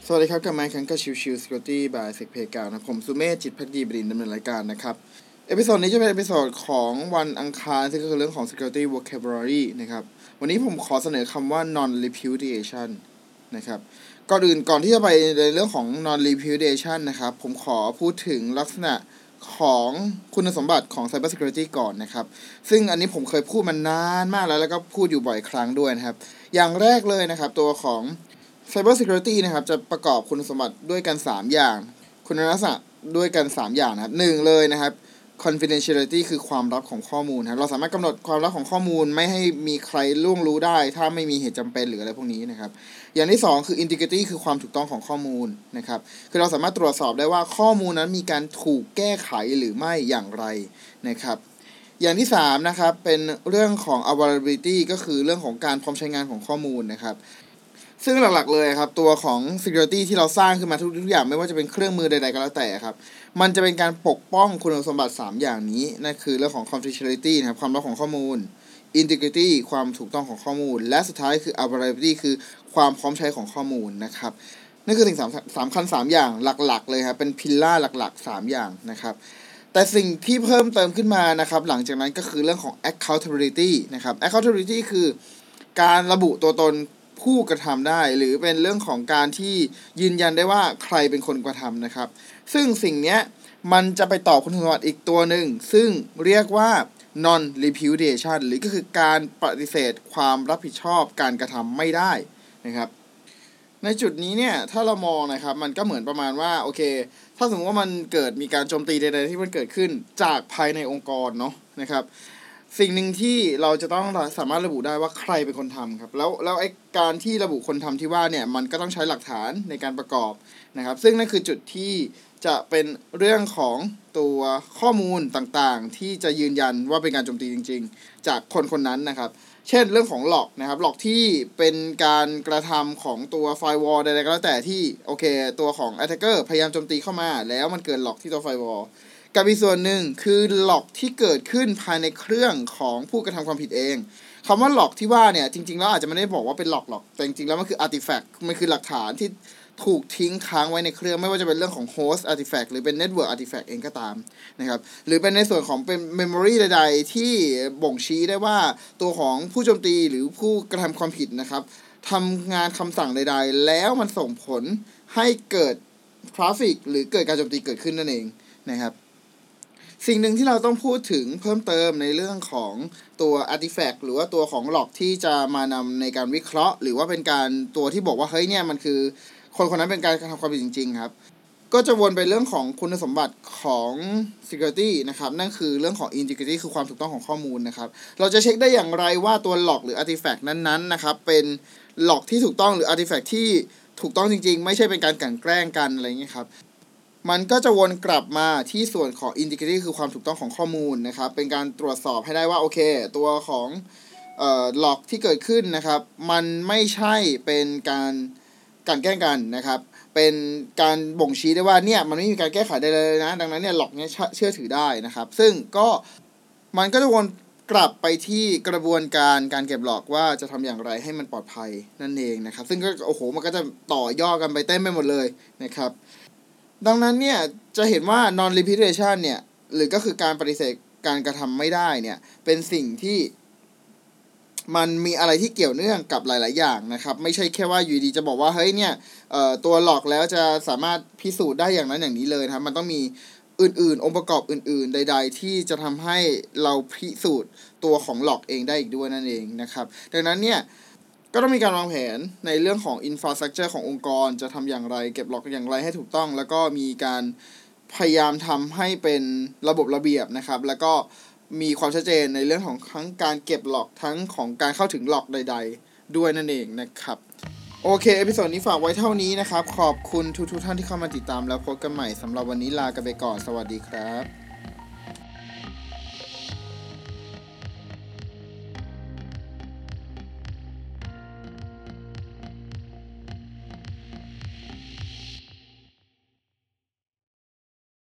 สวัสดีครับกับไมค์ครั้งกับชิว Security by SecPay นะผมสุเมธจิตภักดีบดินทร์ดำเนินรายการนะครับเอพิโซดนี้จะเป็นเอพิโซดของวันอังคารซึ่งก็คือเรื่องของ Security Vocabulary นะครับวันนี้ผมขอเสนอคำว่า non-repudiation นะครับก่อนที่จะไปในเรื่องของ non-repudiation นะครับผมขอพูดถึงลักษณะของคุณสมบัติของ Cyber Security ก่อนนะครับซึ่งอันนี้ผมเคยพูดมานานมากแล้วก็พูดอยู่บ่อยครั้งด้วยนะครับอย่างแรกเลยนะครับตัวของCyber Security นะครับจะประกอบคุณสมบัติด้วยกัน3อย่างคุณลักษณะด้วยกัน3อย่างนะครับ1เลยนะครับ confidentiality คือความลับของข้อมูลครับเราสามารถกำหนดความลับของข้อมูลไม่ให้มีใครล่วงรู้ได้ถ้าไม่มีเหตุจำเป็นหรืออะไรพวกนี้นะครับอย่างที่2คือ integrity คือความถูกต้องของข้อมูลนะครับคือเราสามารถตรวจสอบได้ว่าข้อมูลนั้นมีการถูกแก้ไขหรือไม่อย่างไรนะครับอย่างที่3นะครับเป็นเรื่องของ availability ก็คือเรื่องของการพร้อมใช้งานของข้อมูลนะครับซึ่งหลักๆเลยครับตัวของ security ที่เราสร้างขึ้นมาทุกอย่างไม่ว่าจะเป็นเครื่องมือใดๆก็แล้วแต่ครับมันจะเป็นการปกป้องคุณสมบัติ3อย่างนี้นั่นคือเรื่องของ confidentiality นะครับความลับของข้อมูล integrity ความถูกต้องของข้อมูลและสุดท้ายคือ availability คือความพร้อมใช้ของข้อมูลนะครับนั่นคือสิ่งสำคัญ3อย่างหลักๆเลยครับเป็นพิลล่าหลักๆ3อย่างนะครับแต่สิ่งที่เพิ่มเติมขึ้นมานะครับหลังจากนั้นก็คือเรื่องของ accountability นะครับ accountability คือการระบุตัวตนผู้กระทำได้หรือเป็นเรื่องของการที่ยืนยันได้ว่าใครเป็นคนกระทำนะครับซึ่งสิ่งนี้มันจะไปต่อคุณสมบัติอีกตัวหนึ่งซึ่งเรียกว่า non repudiation หรือก็คือการปฏิเสธความรับผิดชอบการกระทำไม่ได้นะครับในจุดนี้เนี่ยถ้าเรามองนะครับมันก็เหมือนประมาณว่าโอเคถ้าสมมติว่ามันเกิดมีการโจมตีใดๆที่มันเกิดขึ้นจากภายในองค์กรเนาะนะครับสิ่งหนึ่งที่เราจะต้องสามารถระบุได้ว่าใครเป็นคนทำครับแล้วไอ้การที่ระบุคนทำที่ว่าเนี่ยมันก็ต้องใช้หลักฐานในการประกอบนะครับซึ่งนั่นคือจุดที่จะเป็นเรื่องของตัวข้อมูลต่างๆที่จะยืนยันว่าเป็นการโจมตีจริงๆจากคนนั้นนะครับเช่นเรื่องของหลอกนะครับหลอกที่เป็นการกระทำของตัวไฟวอลใดๆก็แล้วแต่ที่โอเคตัวของ attacker พยายามโจมตีเข้ามาแล้วมันเกิดหลอกที่ตัวไฟวอลกับอีกส่วนหนึ่งคือหลอกที่เกิดขึ้นภายในเครื่องของผู้กระทำความผิดเองคำว่าหลอกที่ว่าเนี่ยจริงๆแล้วอาจจะไม่ได้บอกว่าเป็นหลอกหรอกแต่จริงๆแล้วมันคือ artifact มันคือหลักฐานที่ถูกทิ้งค้างไว้ในเครื่องไม่ว่าจะเป็นเรื่องของ host artifact หรือเป็น network artifact เองก็ตามนะครับหรือเป็นในส่วนของเป็น memory ใดๆที่บ่งชี้ได้ว่าตัวของผู้โจมตีหรือผู้กระทำความผิดนะครับทำงานคำสั่งใดๆแล้วมันส่งผลให้เกิด traffic หรือเกิดการโจมตีเกิดขึ้นนั่นเองนะครับสิ่งหนึ่งที่เราต้องพูดถึงเพิ่มเติมในเรื่องของตัว artifact หรือว่าตัวของหลอกที่จะมานำในการวิเคราะห์หรือว่าเป็นการตัวที่บอกว่าเฮ้ยเนี่ยมันคือคนนั้นเป็นการกระทำความผิดจริงๆครับก็จะวนไปเรื่องของคุณสมบัติของ security นะครับนั่นคือเรื่องของ integrity คือความถูกต้องของข้อมูลนะครับเราจะเช็คได้อย่างไรว่าตัวหลอกหรือ artifact นั้นๆนะครับเป็นหลอกที่ถูกต้องหรือ artifact ที่ถูกต้องจริงๆไม่ใช่เป็นการกลั่นแกล้งกันอะไรอย่างนี้ครับมันก็จะวนกลับมาที่ส่วนของ integrity คือความถูกต้องของข้อมูลนะครับเป็นการตรวจสอบให้ได้ว่าโอเคตัวของหลอกที่เกิดขึ้นนะครับมันไม่ใช่เป็นการกลั่นแกล้งกันนะครับเป็นการบ่งชี้ได้ว่าเนี่ยมันไม่มีการแก้ไขใดเลยนะดังนั้นเนี่ยหลอกเนี่ยเชื่อถือได้นะครับซึ่งก็มันก็จะวนกลับไปที่กระบวนการเก็บหลอกว่าจะทำอย่างไรให้มันปลอดภัยนั่นเองนะครับซึ่งก็โอ้โหมันก็จะต่อย่อกันไปเต็มไปหมดเลยนะครับดังนั้นเนี่ยจะเห็นว่า non repetition เนี่ยหรือก็คือการปฏิเสธการกระทำไม่ได้เนี่ยเป็นสิ่งที่มันมีอะไรที่เกี่ยวเนื่องกับหลายๆอย่างนะครับไม่ใช่แค่ว่าอยู่ดีจะบอกว่าเฮ้ยเนี่ยตัวหลอกแล้วจะสามารถพิสูจน์ได้อย่างนั้นอย่างนี้เลยครับมันต้องมีอื่นๆองค์ประกอบอื่นๆใดๆที่จะทำให้เราพิสูจน์ตัวของหลอกเองได้อีกด้วยนั่นเองนะครับดังนั้นเนี่ยก็ต้องมีการวางแผนในเรื่องของ infrastructure ขององค์กรจะทำอย่างไรเก็บหลอกอย่างไรให้ถูกต้องแล้วก็มีการพยายามทำให้เป็นระบบระเบียบนะครับแล้วก็มีความชัดเจนในเรื่องของทั้งการเก็บหลอกทั้งของการเข้าถึงหลอกใดๆด้วยนั่นเองนะครับโอเคเอพิโซดนี้ฝากไว้เท่านี้นะครับขอบคุณทุกท่านที่เข้ามาติดตามแล้วพบกันใหม่สำหรับวันนี้ลากันไปก่อนสวัสดีครับ